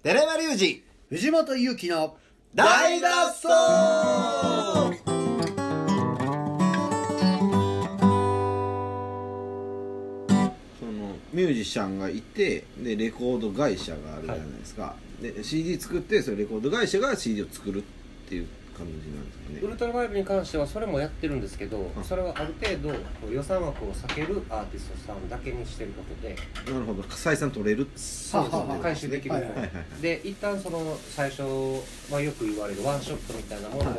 寺山隆二藤本勇樹の大脱走。 ミュージシャンがいて、でレコード会社があるじゃないですか、はい、で CD 作って、それレコード会社が CD を作るっていう感じなんですかね。 ウルトラバイブに関してはそれもやってるんですけど、それはある程度予算枠を避けるアーティストさんだけにしてることで、 なるほど、採算取れる、 そうですね、回収できる、で一旦その最初はよく言われるワンショットみたいなものを、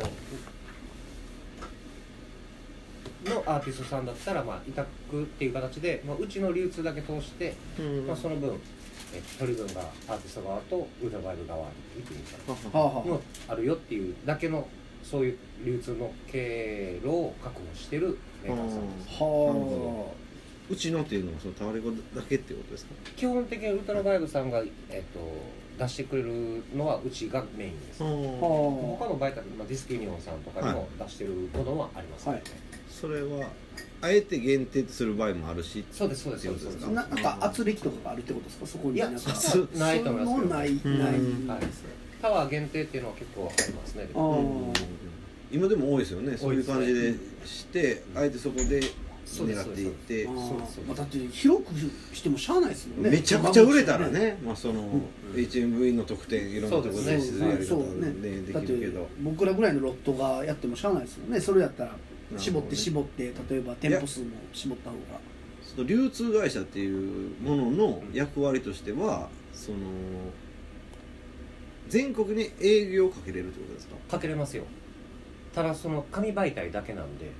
のアーティストさんだったら、委託っていう形で、うちの流通だけ通して、その分取り分がアーティスト側とウルトラバイブ側に行くみたいなのあるよっていうだけの、そういう流通の経路を確保してるメーカーさんです。 うちのっていうのはそのタワレコだけっていうことですか？ 基本的にウルトラバイブさんが、出してくれるのはうちがメインです。他の媒体、ディスクユニオンさんとかにも出してるものはありますね、 それはあえて限定する場合もあるし。 そうですそうですそうです。 なんか圧力とかがあるってことですか？そこに。いや、 ないと思いますけど。 ないタワー限定っていうのは結構ありますね。 今でも多いですよね。そういう感じでして、あえてそこで狙っていって、 だって広くしてもしゃあないですもんね。 めちゃくちゃ売れたらね、その HMV の特典いろんなところでやり方でできるけど、 僕らぐらいのロットがやってもしゃあないですもんね。それやったら絞って例えば店舗数も絞った方が。 その流通会社っていうものの役割としては、その全国に営業をかけれるってことですか？ かけれますよ。ただその紙媒体だけなんで、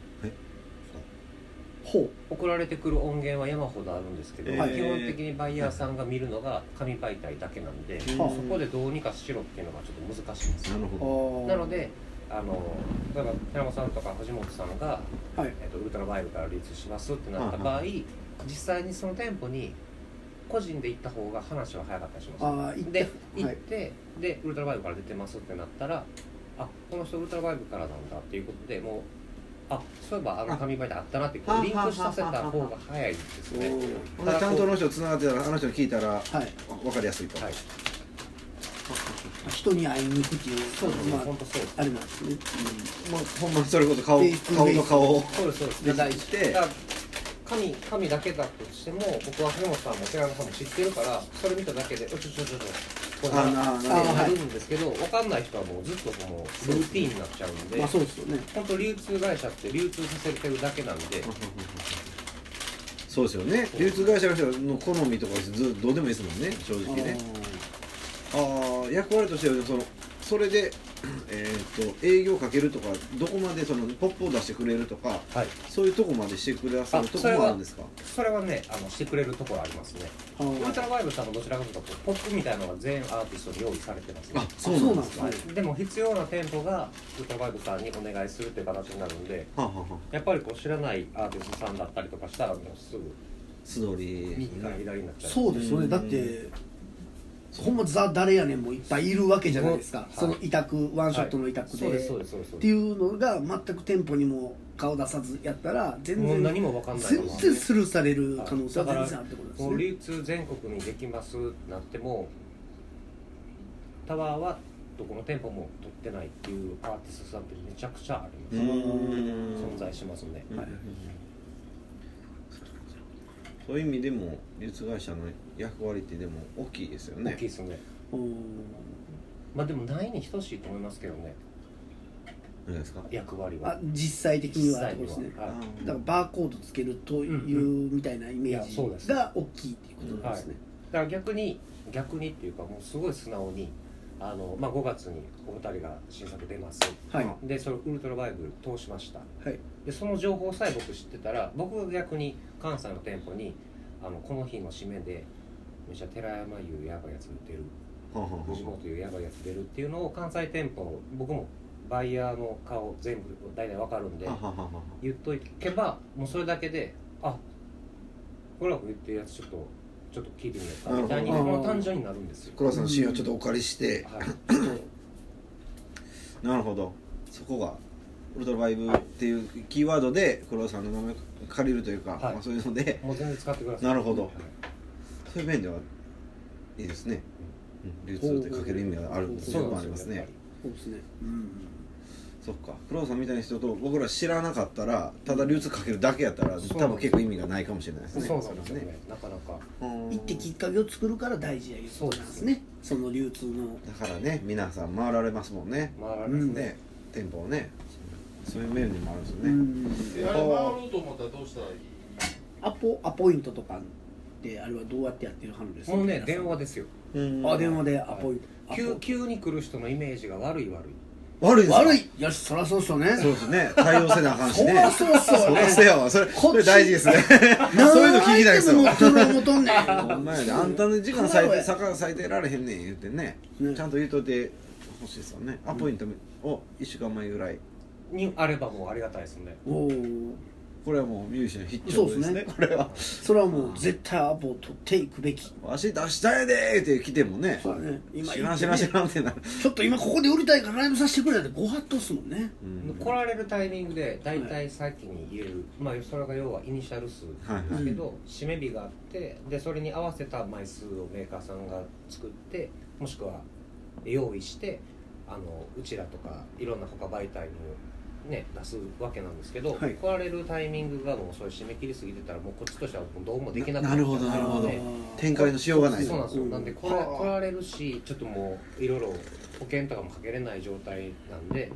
送られてくる音源は山ほどあるんですけど、基本的にバイヤーさんが見るのが紙媒体だけなんで、そこでどうにかしろっていうのがちょっと難しいんですよ。なので例えば寺本さんとか藤本さんが、ウルトラバイブから流通しますってなった場合、実際にその店舗に個人で行った方が話は早かったりします。で行って、でウルトラバイブから出てますってなったら、この人ウルトラバイブからなんだっていうことで、もうそういえばあの紙媒体あったなってこうリンクさせた方が早いですね。 ちゃんとあの人つながってたら、あの人に聞いたら分かりやすいと。 人に会いに行くっていう、 本当そうです。 あれなんですね。 ほんまにそれこそ顔の顔をそうです出して、 紙だけだとしても、僕は藤本さんも寺山さんも知ってるから、それ見ただけでこうなるんですけど、分かんない人はもうずっともうルーティーンになっちゃうんで、 そうですよね。 本当流通会社って流通させてるだけなんで。 そうですよね。流通会社の人の好みとかどうでもいいですもんね、正直ね。役割としてはそれで営業かけるとか、どこまでそのポップを出してくれるとか、そういうとこまでしてくださるところもあるんですか？ それはね、してくれるところありますね。ウルトラバイブさんもどちらかというとポップみたいなのが全アーティストに用意されてますね。 そうなんですか。 でも必要な店舗がウルトラバイブさんにお願いするっていう形になるんで、やっぱり知らないアーティストさんだったりとかしたら、もうすぐ素通り右から左になっちゃう。 そうですよね。だってほんまザ・誰やねんもいっぱいいるわけじゃないですか。その委託、ワンショットの委託でっていうのが全く店舗にも顔出さずやったら、全然何も分かんない。 全然スルーされる可能性は全然あるってことですね。 もう流通全国にできますってなっても、タワーはどこの店舗も取ってないっていうアーティストさんってめちゃくちゃあります。存在しますね。 そういう意味でも流通会社の役割ってでも大きいですよね。 大きいですね。でもないに等しいと思いますけどね。 何ですか？ 役割は。 実際的にはってことですね。だからバーコードつけるというみたいなイメージが大きいっていうことなんですね。 だから逆にっていうか、もうすごい素直に5月にお二人が新作出ます、でそれウルトラバイブ通しました、でその情報さえ僕知ってたら、僕が逆に関西の店舗にこの日の締めでめちゃ寺山いうやばいやつ出る、藤本いうやばいやつ出るっていうのを関西店舗の僕もバイヤーの顔全部大体分かるんで言っとけば、もうそれだけでこれは言ってるやつちょっと聞いてみようかみたいに単純になるんですよ。 黒田さんのシーンをちょっとお借りして、なるほど、そこがウルトラバイブっていうキーワードで黒田さんの名前借りるというか、そういうのでもう全然使ってください。 なるほど、そういう面ではいいですね。 流通でかける意味があるんですよ。ありますね。 そうですね。 そっか、黒田さんみたいな人と僕ら知らなかったらただ流通かけるだけやったら多分結構意味がないかもしれないですね。 そうなんですね。なかなか行ってきっかけを作るから大事やいうことなんですね。その流通のだからね、皆さん回られますもんね。 回られますね。 店舗をね、そういう面でもあるんですよね。 あれ回ろうと思ったらどうしたらいい？ アポイントとかってあれはどうやってやってるはるんですか？ もうね、電話ですよ。 電話でアポイント。 急に来る人のイメージが悪い。 悪いですか？ 悪い。よし、そらそうっすよね。 そうですね。対応せなあかんしね。 そうっすよね。 そらせやわ。それ大事ですね。そういうの聞きたいですよ。 それを求んねん。 ほんまやで、あんたの時間割いてられへんねん言ってね、ちゃんと言うといてほしいですよね。アポイントを1週間前ぐらいにあればもうありがたいですね。 これはもうミュージシャン必聴ですね。これはそれはもう絶対アポを取っていくべき。 わし出したやでーって来てもね、知らんってなる。 ちょっと今ここで売りたいからライブさせてくれってご法度っすもんね。 来られるタイミングで大体先に言える、まあそれが要はイニシャル数ですけど、締め日があって、でそれに合わせた枚数をメーカーさんが作って、もしくは用意してうちらとかいろんな他媒体にね、出すわけなんですけど、来られるタイミングがもうそういう締め切りすぎてたらもうこっちとしてはどうもできなくなっちゃうので、 なるほど展開のしようがない。 そうなんですよ。なんで来られるし、ちょっともういろいろ保険とかもかけれない状態なんで、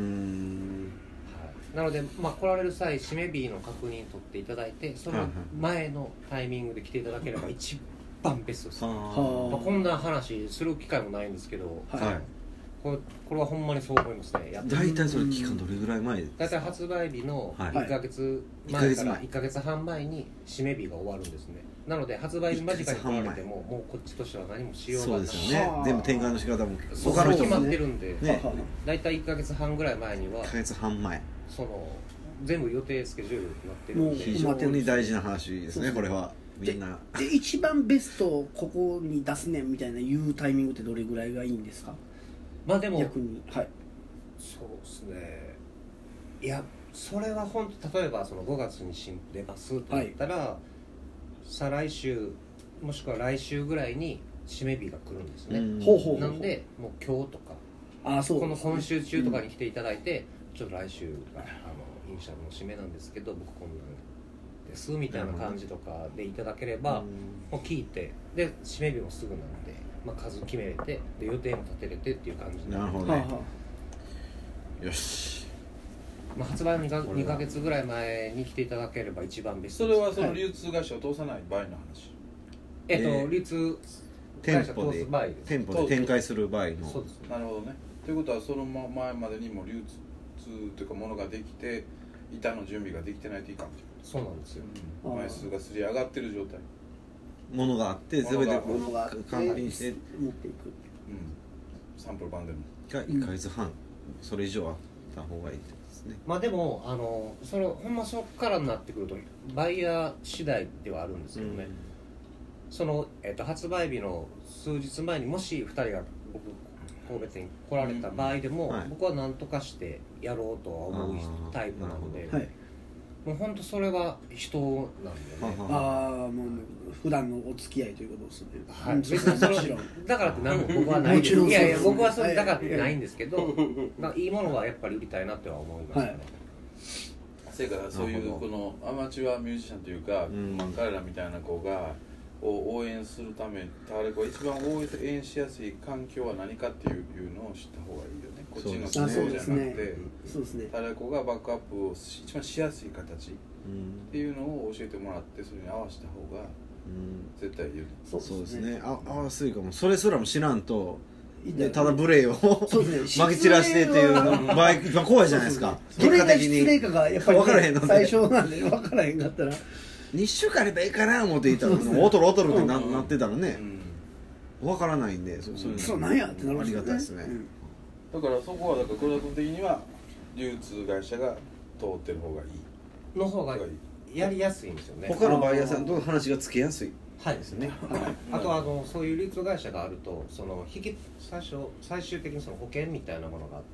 なので、まあ、来られる際締め日の確認取っていただいて、その前のタイミングで来ていただければ一番ベストです。まあ、こんな話する機会もないんですけど、これはほんまにそう思いますね。 大体それ期間どれぐらい前ですか？ 大体発売日の1ヶ月前から1ヶ月半前に締め日が終わるんですね。なので発売日間近に来られてももうこっちとしては何もしようがない。 そうですよね。全部展開の仕方も他の人決まってるんで、 ね、 大体1ヶ月半ぐらい前には 1ヶ月半前全部予定スケジュールになってるんで、 非常に大事な話ですね。これはみんなで一番ベストをここに出すねんみたいな言うタイミングってどれぐらいがいいんですか？ まあでも逆にそうですね。いやそれは本当例えばその5月に新譜出ますと言ったら、再来週もしくは来週ぐらいに締め日が来るんですね。なんでもう今日とかこの今週中とかに来ていただいて、ちょっと来週がイニシャルの締めなんですけど僕こんなんですみたいな感じとかでいただければ、もう聞いてで締め日もすぐなんで、まあ、数決めれてで予定も立てれてっていう感じで。 なるほどね。よし。 まあ、発売の2ヶ月ぐらい前に来ていただければ一番ベストです。それはその流通会社を通さない場合の話。流通会社を通す場合です。 店舗で展開する場合の。 そうです。 なるほどね。ということはその前までにも流通というかものができて板の準備ができてないといかん。 そうなんですよ。 枚数がすり上がってる状態。 ものがあって全て完品して持っていく。 サンプル版でも。 が1ヶ月半それ以上あった方がいいってことですね。 まあでもほんまそこからになってくるとバイヤー次第ではあるんですけどね。発売日の数日前にもし2人が僕神戸店に来られた場合でも、僕は何とかしてやろうとは思うタイプなので、もう本当それは人なんでね。 もう普段のお付き合いということですね。 はい。別にだからって何も僕はないです。いやいや僕はそれだからってないんですけど、いいものはやっぱり売りたいなっては思いますね。 それからそういうこのアマチュアミュージシャンというか、彼らみたいな子が応援するためタワレコが一番応援しやすい環境は何かっていうのを知った方がいいよね。こっちのそうじゃなくて、タワレコがバックアップを一番しやすい形っていうのを教えてもらってそれに合わせた方が絶対いいよね。 そうですね。合わせいかもそれすらも知らんと。ただ無礼をまき散らしてっていうの場合一番怖いじゃないですか。 どれが失礼かがやっぱり分からへんので最初なんで分からへんかったら 2週間あればいいかな思っていたらおとるおとるってなってたらね分からないんでそうなんやってなるありがたいですね。 だからそこはだから黒田君的には流通会社が通ってる方がいいの方がやりやすいんですよね。 他のバイヤーさんと話がつけやすいですね。 あとそういう流通会社があると最終的にその保険みたいなものがあって、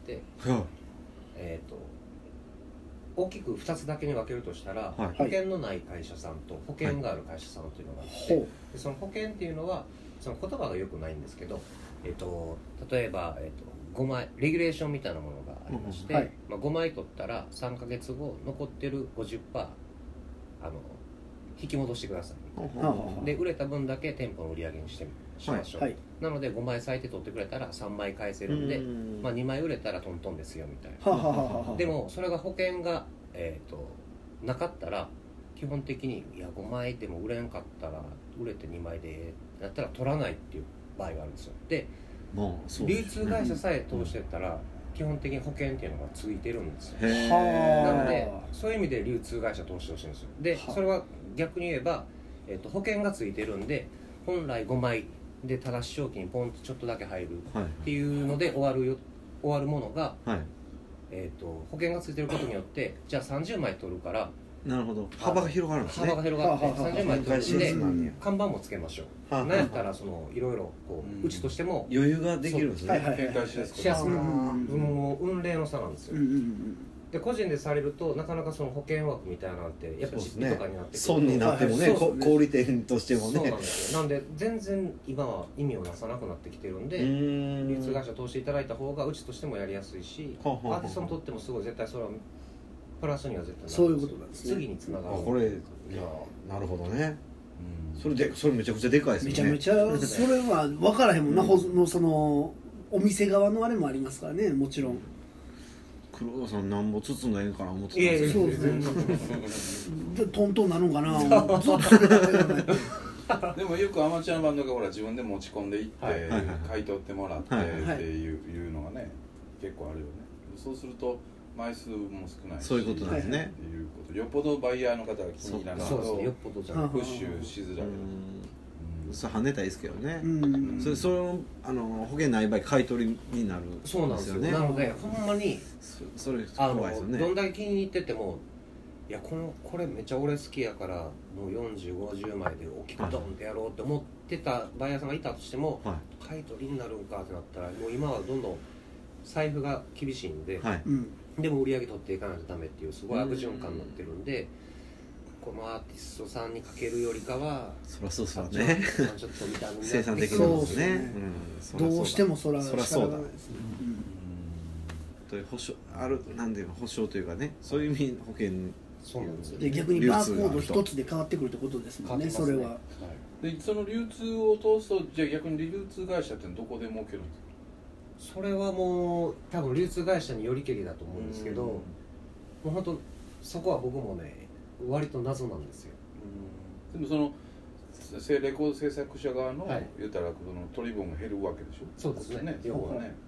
大きく2つだけに分けるとしたら、保険のない会社さんと保険がある会社さんというのがあって、でその保険っていうのはその言葉が良くないんですけど例えば、5枚レギュレーションみたいなものがありまして、 はい 5枚取ったら3ヶ月後残ってる 50% 引き戻してくださいで売れた分だけ店舗の売り上げにしましょう、はい、なので5枚最低取ってくれたら3枚返せるんで、2枚売れたらトントンですよみたいなでもそれが保険が、なかったら基本的にいや5枚でも売れんかったら売れて2枚でなったら取らないっていう場合があるんですよで流通会社さえ通してったら基本的に保険っていうのがついてるんですよなのでそういう意味で流通会社通してほしいんですよでそれは逆に言えば、保険がついてるんで本来5枚でただし証金ポンとちょっとだけ入るっていうので終わるものが、はい保険がついてることによってじゃあ30枚取るからなるほど幅が広がるんですね幅が広がって30枚取るんで看板もつけましょうなんやったらいろいろうちとしても余裕ができるんですね展開しやすくもう運例の差なんですよで個人でされるとなかなかその保険枠みたいなのってやっぱ実費とかになってくると損になってもね小売店としてもねそうなんですよなんで全然今は意味をなさなくなってきてるんで流通会社通していただいた方がうちとしてもやりやすいしアーティストにとってもすごい絶対それはプラスには絶対なるそういうことなんですね次につながるこれいやなるほどねそれめちゃくちゃでかいですねめちゃめちゃそれは分からへんもんなそのお店側のあれもありますからねもちろん黒田さんなんぼ包んだらええんかな思ってたんですけどそうですねトントンなるんかなでもよくアマチュアのバンドがほら自分で持ち込んでいって買い取ってもらってっていうのがね結構あるよねそうすると枚数も少ないしそういうことなんですねっていうことよっぽどバイヤーの方が気に入らないとよっぽどじゃないプッシュしづらいそれ跳ねたいですけどねそれ保険ない場合買い取りになるんですよねそうなんですよなのでほんまにそれ怖いですよねどんだけ気に入っててもいやこれめっちゃ俺好きやからもう4050枚で大きくドンってやろうって思ってたバイヤーさんがいたとしても、買い取りになるんかってなったらもう今はどんどん財布が厳しいんで、でも売り上げ取っていかないとダメっていうすごい悪循環になってるんでこのアーティストさんにかけるよりかはそりゃそうですよねちょっと見た目生産的なんですねどうしてもそらそうだという保証あるなんで保証というかねそういう意味保険そうなんですよで逆にバーコード一つで変わってくるってことですもんねそれはでその流通を通すとじゃあ逆に流通会社ってどこで儲けるんですかそれはもう多分流通会社によりけりだと思うんですけどもう本当そこは僕もね割と謎なんですよでもそのレコード制作者側の、言うたらその取り分が減るわけでしょそうですね要はね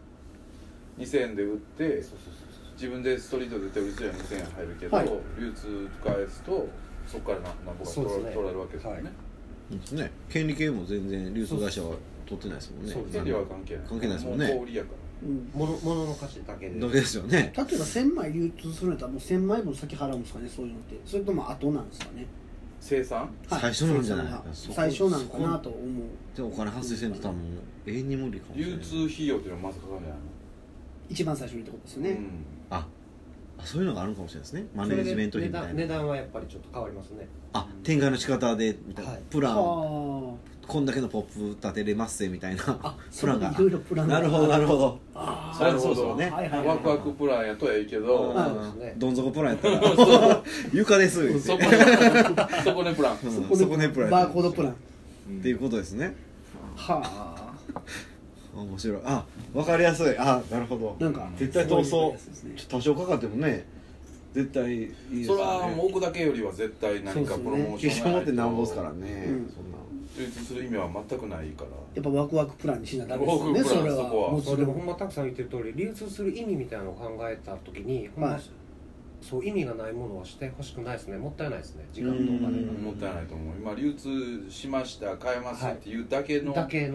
2000円で売って自分でストリートで売って売る人は2000円入るけど、流通返すとそこから何ぼか取られるわけですよねですね権利系も全然流通会社は取ってないですもんね権利は関係ないですもんね小売りやから物の価値だけでですよね例えば1000枚流通するんだったらもう1000枚分先払うんですかねそういうのってそれとも後なんですかね生産、 最初なんじゃない最初なんかなと思うでお金発生せんと多分永遠に無理かもしれない流通費用っていうのはまずかかるんじゃないの一番最初にってことですよね、 そういうのがあるかもしれないですねマネジメント費みたいな値段はやっぱりちょっと変わりますね展開の仕方でみたいな、プランこんだけのポップ立てれますみたいなプランがいろいろプランがなるほどなるほどそれそうですねワクワクプランやとはいいけどどん底プランやったら床ですそこねプランそこねプランバーコードプランっていうことですねはあ面白い分かりやすいなるほどなんか絶対闘争多少かかってもね絶対いいですよねそれはもう置くだけよりは絶対何かプロモーション決勝持ってなんぼですからねそんな流通する意味は全くないからやっぱワクワクプランにしなダメですよねそれはでもほんまたくさん言ってる通り流通する意味みたいなのを考えた時にほんまそう意味がないものはしてほしくないですねもったいないですね時間とお金がもったいないと思う今流通しました買えますっていうだけの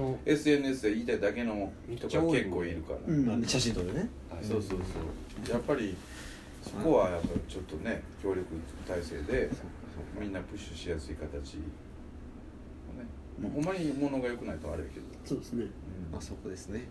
SNS で言いたいだけの人が結構いるから写真撮るねそうやっぱりそこはやっぱりちょっとね協力体制でみんなプッシュしやすい形ねほんまに物が良くないとあれやけどそうですねそこですね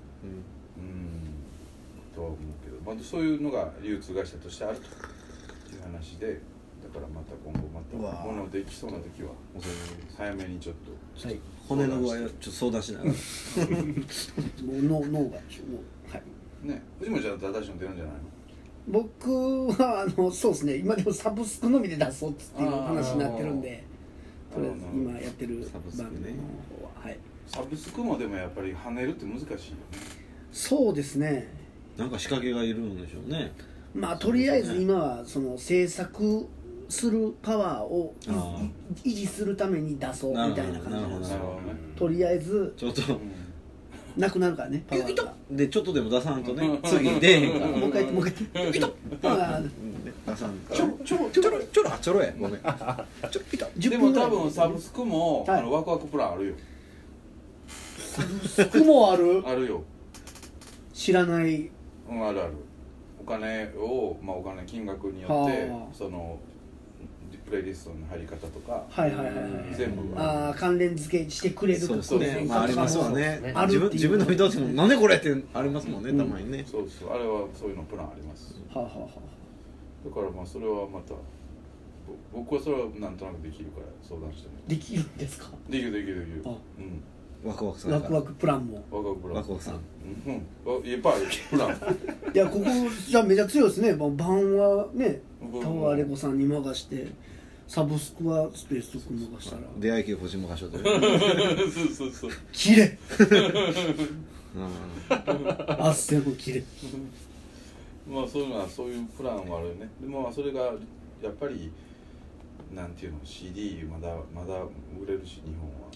とは思うけどそういうのが流通会社としてあるという話でからまた今後物できそうな時は早めにちょっと、 はい、骨の具合をちょっと相談しながらもう脳がはいね、藤本ちゃんと新しいの出るんじゃないの？ 僕はそうですね、今でもサブスクのみで出そうっていう話になってるんで、とりあえず今やってるサブスクね、 番組の方は、はい、 サブスクもでもやっぱり跳ねるって難しいよね。 そうですね、 なんか仕掛けがいるんでしょうね。 まあとりあえず今はその制作するパワーを維持するために出そうみたいな感じなんですよ。とりあえずちょっとなくなるからね、パワーがでちょっとでも出さんとね次出えへんからもう一回出さんちょろやごめんでも多分サブスクもワクワクプランあるよ。 サブスクもあるあるよ。 知らない。 あるある。お金を、お金金額によってそのプレイリストの入り方とか全部関連付けしてくれるとかね、ありますわね。自分の見通しもなんでこれってありますもんね、たまにね。 そうそう、あれはそういうのプランあります。だからそれはまた僕はそれはなんとなくできるから相談してもできるんですか？ できる。 ワクワクさんワクワクプランもワクワクさんいっぱいあるプランいやここじゃめちゃ強いですね。晩はねタワーレコさんに任してサブスクはスペーストック任したら出会い系星任しとってそうキレあっせのキレまあそういうプランはあるよね。でもそれがやっぱりなんていうの CD まだ売れるし日本は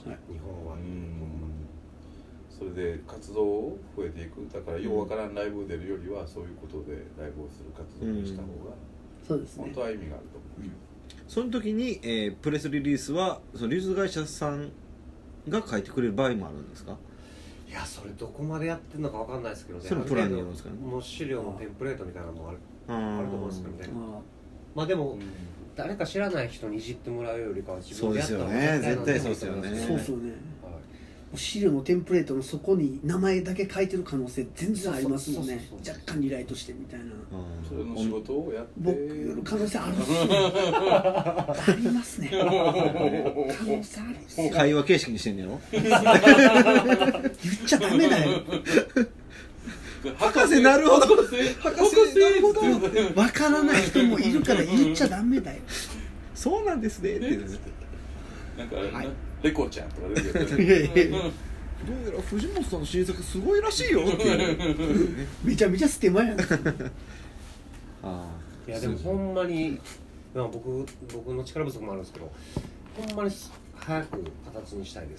それで活動を増えていく。だからようわからんライブ出るよりはそういうことでライブをする活動をした方がそうですね、 本当は意味があると思う。 その時に、プレスリリースはその流通会社さんが書いてくれる場合もあるんですか？ いやそれどこまでやってるのかわかんないですけどね。 そのプランによるんですかね。 もう資料のテンプレートみたいなのもあると思うんですけどね。まあでも、誰か知らない人にいじってもらうよりかは自分でやった方が絶対そうですよね。 そうですよね。資料のテンプレートの底に名前だけ書いてる可能性全然ありますもんね。若干リライトしてみたいな。 それの仕事をやって僕の可能性あるっすね。ありますね。可能性あるっすね。 会話形式にしてんねやろ。 言っちゃダメだよ。 博士なるほど。博士なるほど。 わからない人もいるから言っちゃダメだよ。 そうなんですね。ってなんかレコちゃんとか出てる。 どうやら藤本さんの新作すごいらしいよっていうめちゃめちゃステマやん。 いやでもほんまに僕の力不足もあるんですけど、ほんまに早く形にしたいです。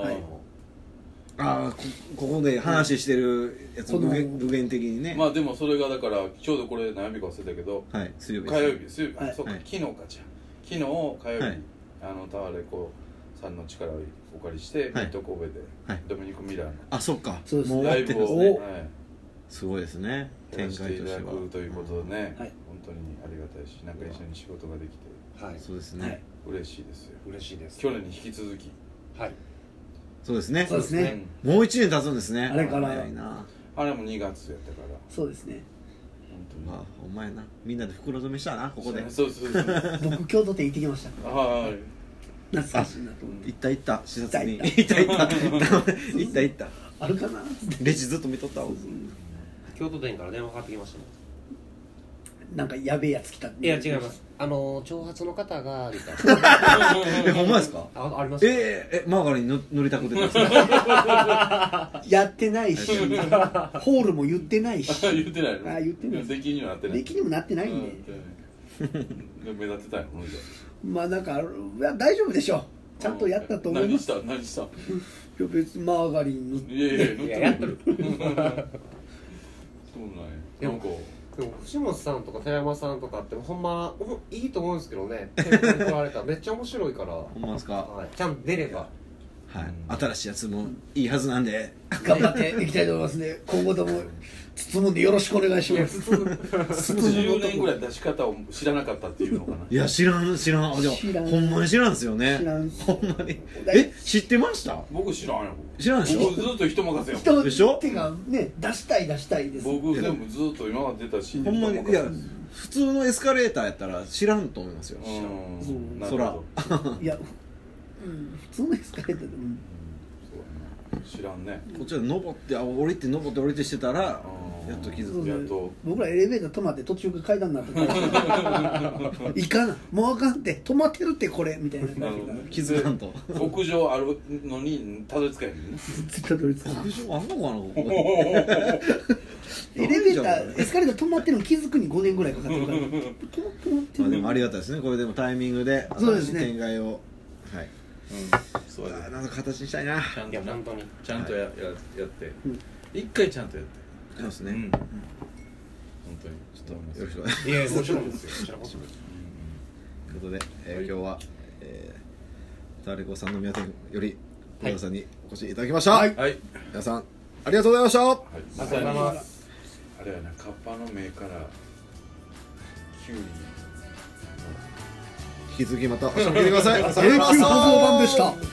ここで話してるやつ具現的にね。 まあでもそれがだからちょうどこれ何曜日か忘れたけど、 水曜日火曜日そうか昨日かじゃん。昨日火曜日タワーレコさんの力をお借りしてミッド神戸でドミニク・ミラーのそっかもうライブをねすごいですね。 展開としていただくということでね、本当にありがたいし、なんか一緒に仕事ができてそうですね。 嬉しいですよ。 嬉しいです。 去年に引き続きそうですね。 そうですね。 もう1年経つんですね。 あれからあれも2月やったから。 そうですね。 お前なみんなで袋詰めしたなここで。 そう僕京都店行ってきました。懐かしいなと思って。 行った視察に行ったあるかな。 レジずっと見とったわ。 京都店から電話かかってきましたもん。 なんかやべえやつ来た。 いや違います。長髪の方がみたいな。 ほんまですか？ あります。 マーガリン塗りたくてですか？ やってないし、ホールも言ってないし。 言ってないの？ 言ってない。 出来にはなってない。 出来にもなってないんで。 目立ってたよ。 まあなんか大丈夫でしょう。ちゃんとやったと思います。 何した？いや別にマーガリン塗って。 いややってる。 そうなんや。なんか。 でも藤本さんとか寺山さんとかってほんまいいと思うんですけどね。テレビに来られたらめっちゃ面白いから。 ほんまですか？ ちゃんと出れば。 はい、新しいやつもいいはずなんで頑張っていきたいと思いますね。今後とも包むんでよろしくお願いします。 10年ぐらい出し方を知らなかったっていうのかな。 いや知らんほんまに知らんすよね。ほんまに知ってました？ 僕知らんよ。 知らんでしょ。 僕ずっと人任せよ。 でしょ。 てかね出したいです。 僕全部ずっと今まで出たし。 ほんまにいや普通のエスカレーターやったら知らんと思いますよ。そら。 いや、普通のエスカレーターでも。 知らんね。 こっちは登って降りてしてたらやっと気づく。やっと僕らエレベーター止まって途中階段になっていかなもうあかんって止まってるってこれみたいな気づかんと屋上あるのにたどり着かへんね。 屋上あんのかなここエレベーターエスカレーター止まってるの気づくに5年ぐらいかかってるからまあでもありがたいですね。これでもタイミングで展開をはいそうやなんか形にしたいな。 ちゃんと本当にちゃんとやって一回ちゃんとやってそうですね。本当にちょっとよろしくお願いします。 いやもちろんですよ。こちらこそ。 ということで今日はタレコ三宮店より小田さんにお越しいただきました。はい。皆さんありがとうございました。 ありがとうございます。あれやなカッパの目からキュウリ。 引き続きまたお聞きください。 永久保存版でした。